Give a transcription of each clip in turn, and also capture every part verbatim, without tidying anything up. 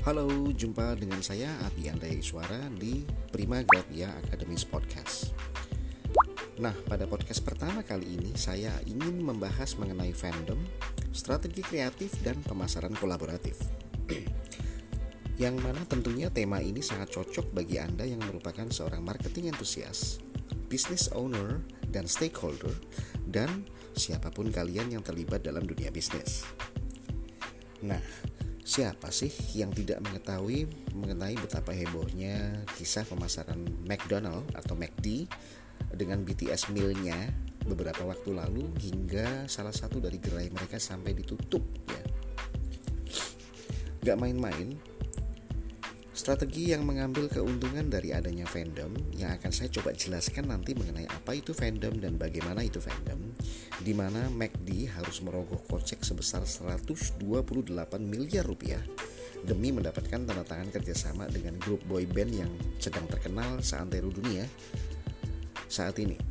Halo, jumpa dengan saya Abi Andaya Iswara di Prima Graphia Academies Podcast. Nah, pada podcast pertama kali ini saya ingin membahas mengenai fandom, strategi kreatif, dan pemasaran kolaboratif. Yang mana tentunya tema ini sangat cocok bagi Anda yang merupakan seorang marketing entusias, business owner, dan stakeholder, dan siapapun kalian yang terlibat dalam dunia bisnis. Nah, siapa sih yang tidak mengetahui mengenai betapa hebohnya kisah pemasaran McDonald atau McD dengan B T S meal-nya beberapa waktu lalu hingga salah satu dari gerai mereka sampai ditutup ya. Gak main-main, strategi yang mengambil keuntungan dari adanya fandom yang akan saya coba jelaskan nanti mengenai apa itu fandom dan bagaimana itu fandom, di mana McD harus merogoh kocek sebesar seratus dua puluh delapan miliar rupiah demi mendapatkan tanda tangan kerjasama dengan grup boy band yang sedang terkenal seantero dunia saat ini.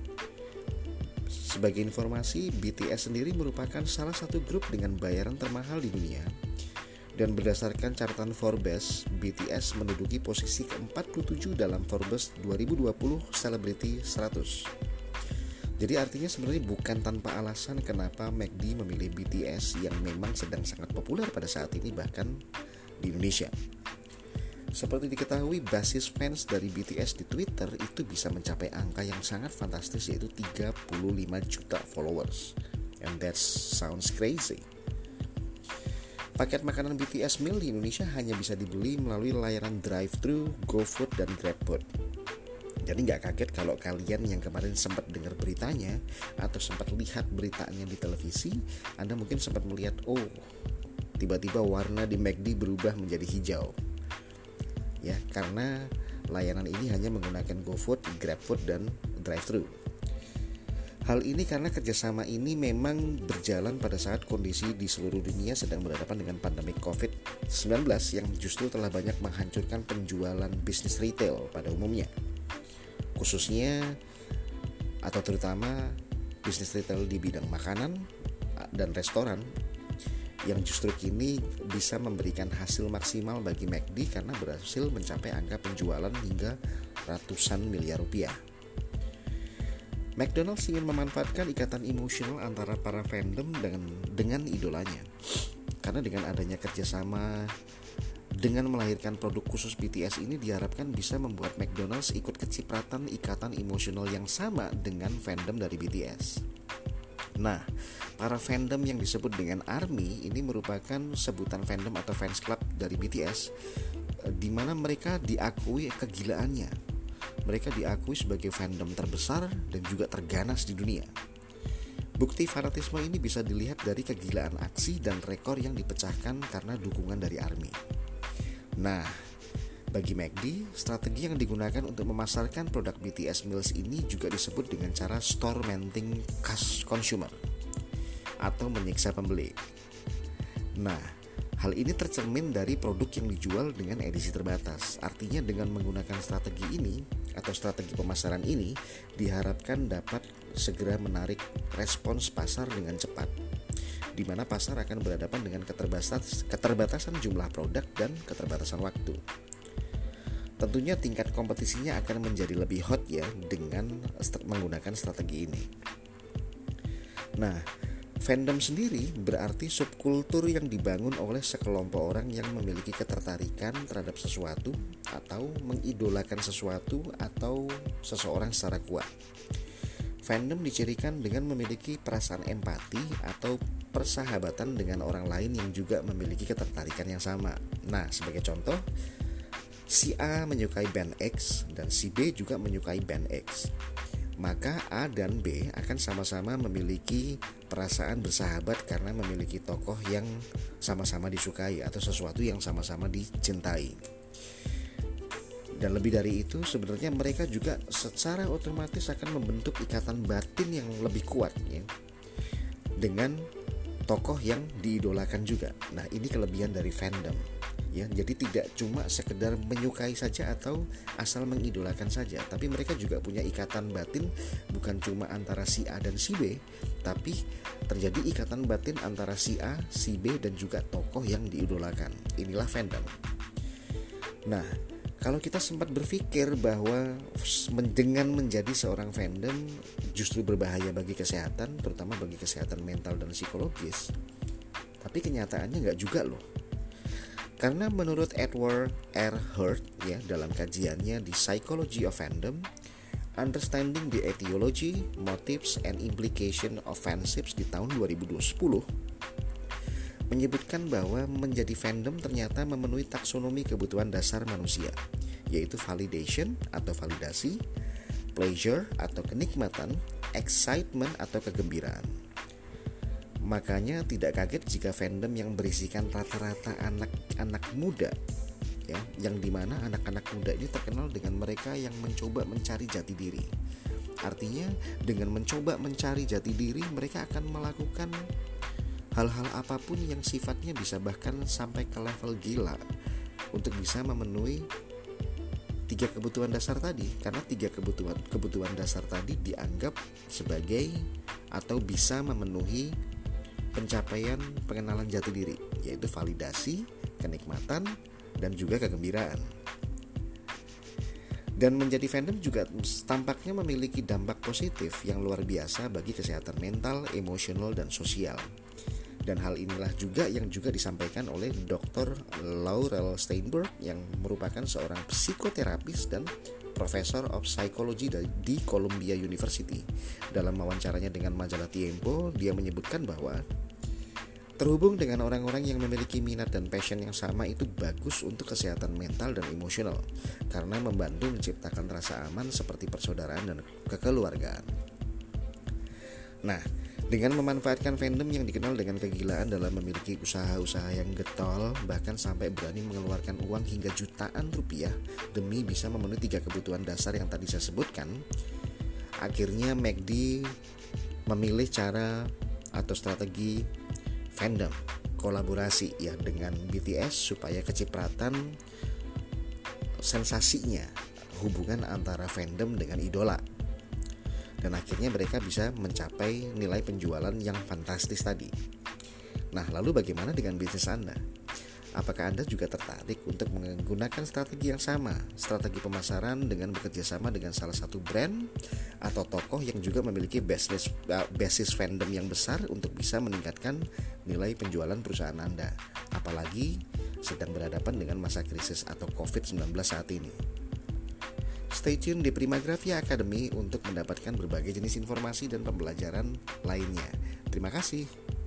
Sebagai informasi, B T S sendiri merupakan salah satu grup dengan bayaran termahal di dunia. Dan berdasarkan catatan Forbes, B T S menduduki posisi ke empat puluh tujuh dalam Forbes dua ribu dua puluh Celebrity seratus. Jadi artinya sebenarnya bukan tanpa alasan kenapa McD memilih B T S yang memang sedang sangat populer pada saat ini bahkan di Indonesia. Seperti diketahui, basis fans dari B T S di Twitter itu bisa mencapai angka yang sangat fantastis, yaitu tiga puluh lima juta followers. And that sounds crazy. Paket makanan B T S meal di Indonesia hanya bisa dibeli melalui layanan drive-thru, GoFood, dan GrabFood. Jadi gak kaget kalau kalian yang kemarin sempat dengar beritanya atau sempat lihat beritanya di televisi, Anda mungkin sempat melihat, oh, tiba-tiba warna di McD berubah menjadi hijau. Ya, karena layanan ini hanya menggunakan GoFood, GrabFood, dan drive-thru. Hal ini karena kerjasama ini memang berjalan pada saat kondisi di seluruh dunia sedang berhadapan dengan pandemi covid sembilan belas yang justru telah banyak menghancurkan penjualan bisnis retail pada umumnya. Khususnya atau terutama bisnis retail di bidang makanan dan restoran yang justru kini bisa memberikan hasil maksimal bagi McD karena berhasil mencapai angka penjualan hingga ratusan miliar rupiah. McDonald's ingin memanfaatkan ikatan emosional antara para fandom dengan, dengan idolanya. Karena dengan adanya kerjasama dengan melahirkan produk khusus B T S ini diharapkan bisa membuat McDonald's ikut kecipratan ikatan emosional yang sama dengan fandom dari B T S. Nah, para fandom yang disebut dengan ARMY ini merupakan sebutan fandom atau fans club dari B T S, di mana mereka diakui kegilaannya. Mereka diakui sebagai fandom terbesar dan juga terganas di dunia. Bukti fanatisme ini bisa dilihat dari kegilaan aksi dan rekor yang dipecahkan karena dukungan dari ARMY. Nah, bagi McD, strategi yang digunakan untuk memasarkan produk B T S Meals ini juga disebut dengan cara tormenting consumer atau menyiksa pembeli. Nah, hal ini tercermin dari produk yang dijual dengan edisi terbatas. Artinya dengan menggunakan strategi ini atau strategi pemasaran ini diharapkan dapat segera menarik respons pasar dengan cepat, di mana pasar akan berhadapan dengan keterbatas, keterbatasan jumlah produk dan keterbatasan waktu. Tentunya tingkat kompetisinya akan menjadi lebih hot ya dengan st- menggunakan strategi ini. Nah, fandom sendiri berarti subkultur yang dibangun oleh sekelompok orang yang memiliki ketertarikan terhadap sesuatu atau mengidolakan sesuatu atau seseorang secara kuat. Fandom dicirikan dengan memiliki perasaan empati atau persahabatan dengan orang lain yang juga memiliki ketertarikan yang sama. Nah, sebagai contoh, si A menyukai band X dan si B juga menyukai band X. Maka A dan B akan sama-sama memiliki perasaan bersahabat karena memiliki tokoh yang sama-sama disukai atau sesuatu yang sama-sama dicintai. Dan lebih dari itu, sebenarnya mereka juga secara otomatis akan membentuk ikatan batin yang lebih kuat ya, dengan tokoh yang diidolakan juga. Nah, ini kelebihan dari fandom. Ya, jadi tidak cuma sekedar menyukai saja atau asal mengidolakan saja, tapi mereka juga punya ikatan batin bukan cuma antara si A dan si B, tapi terjadi ikatan batin antara si A, si B dan juga tokoh yang diidolakan. Inilah fandom. Nah, kalau kita sempat berpikir bahwa dengan menjadi seorang fandom justru berbahaya bagi kesehatan, terutama bagi kesehatan mental dan psikologis, tapi kenyataannya nggak juga loh. Karena menurut Edward R. Hurt ya, dalam kajiannya di Psychology of Fandom, Understanding the Etiology, Motives, and Implication of Fanships di tahun dua ribu sepuluh, menyebutkan bahwa menjadi fandom ternyata memenuhi taksonomi kebutuhan dasar manusia, yaitu validation atau validasi, pleasure atau kenikmatan, excitement atau kegembiraan. Makanya tidak kaget jika fandom yang berisikan rata-rata anak-anak muda, ya, yang dimana anak-anak muda ini terkenal dengan mereka yang mencoba mencari jati diri. Artinya dengan mencoba mencari jati diri, mereka akan melakukan hal-hal apapun yang sifatnya bisa bahkan sampai ke level gila untuk bisa memenuhi tiga kebutuhan dasar tadi. Karena tiga kebutuhan kebutuhan dasar tadi dianggap sebagai atau bisa memenuhi pencapaian pengenalan jati diri, yaitu validasi, kenikmatan, dan juga kegembiraan. Dan menjadi fandom juga tampaknya memiliki dampak positif yang luar biasa bagi kesehatan mental, emosional, dan sosial. Dan hal inilah juga yang juga disampaikan oleh doktor Laurel Steinberg yang merupakan seorang psikoterapis dan Professor of Psychology di Columbia University. Dalam wawancaranya dengan majalah Tiempo, dia menyebutkan bahwa terhubung dengan orang-orang yang memiliki minat dan passion yang sama itu bagus untuk kesehatan mental dan emosional, karena membantu menciptakan rasa aman seperti persaudaraan dan kekeluargaan. Nah, dengan memanfaatkan fandom yang dikenal dengan kegilaan dalam memiliki usaha-usaha yang getol, bahkan sampai berani mengeluarkan uang hingga jutaan rupiah demi bisa memenuhi tiga kebutuhan dasar yang tadi saya sebutkan, akhirnya M A C D memilih cara atau strategi fandom kolaborasi ya dengan B T S supaya kecipratan sensasinya hubungan antara fandom dengan idola. Dan akhirnya mereka bisa mencapai nilai penjualan yang fantastis tadi. Nah, lalu bagaimana dengan bisnis Anda? Apakah Anda juga tertarik untuk menggunakan strategi yang sama, strategi pemasaran dengan bekerja sama dengan salah satu brand atau tokoh yang juga memiliki basis, basis fandom yang besar untuk bisa meningkatkan nilai penjualan perusahaan Anda, apalagi sedang berhadapan dengan masa krisis atau covid sembilan belas saat ini? Stay tune di Primagrafia Academy untuk mendapatkan berbagai jenis informasi dan pembelajaran lainnya. Terima kasih.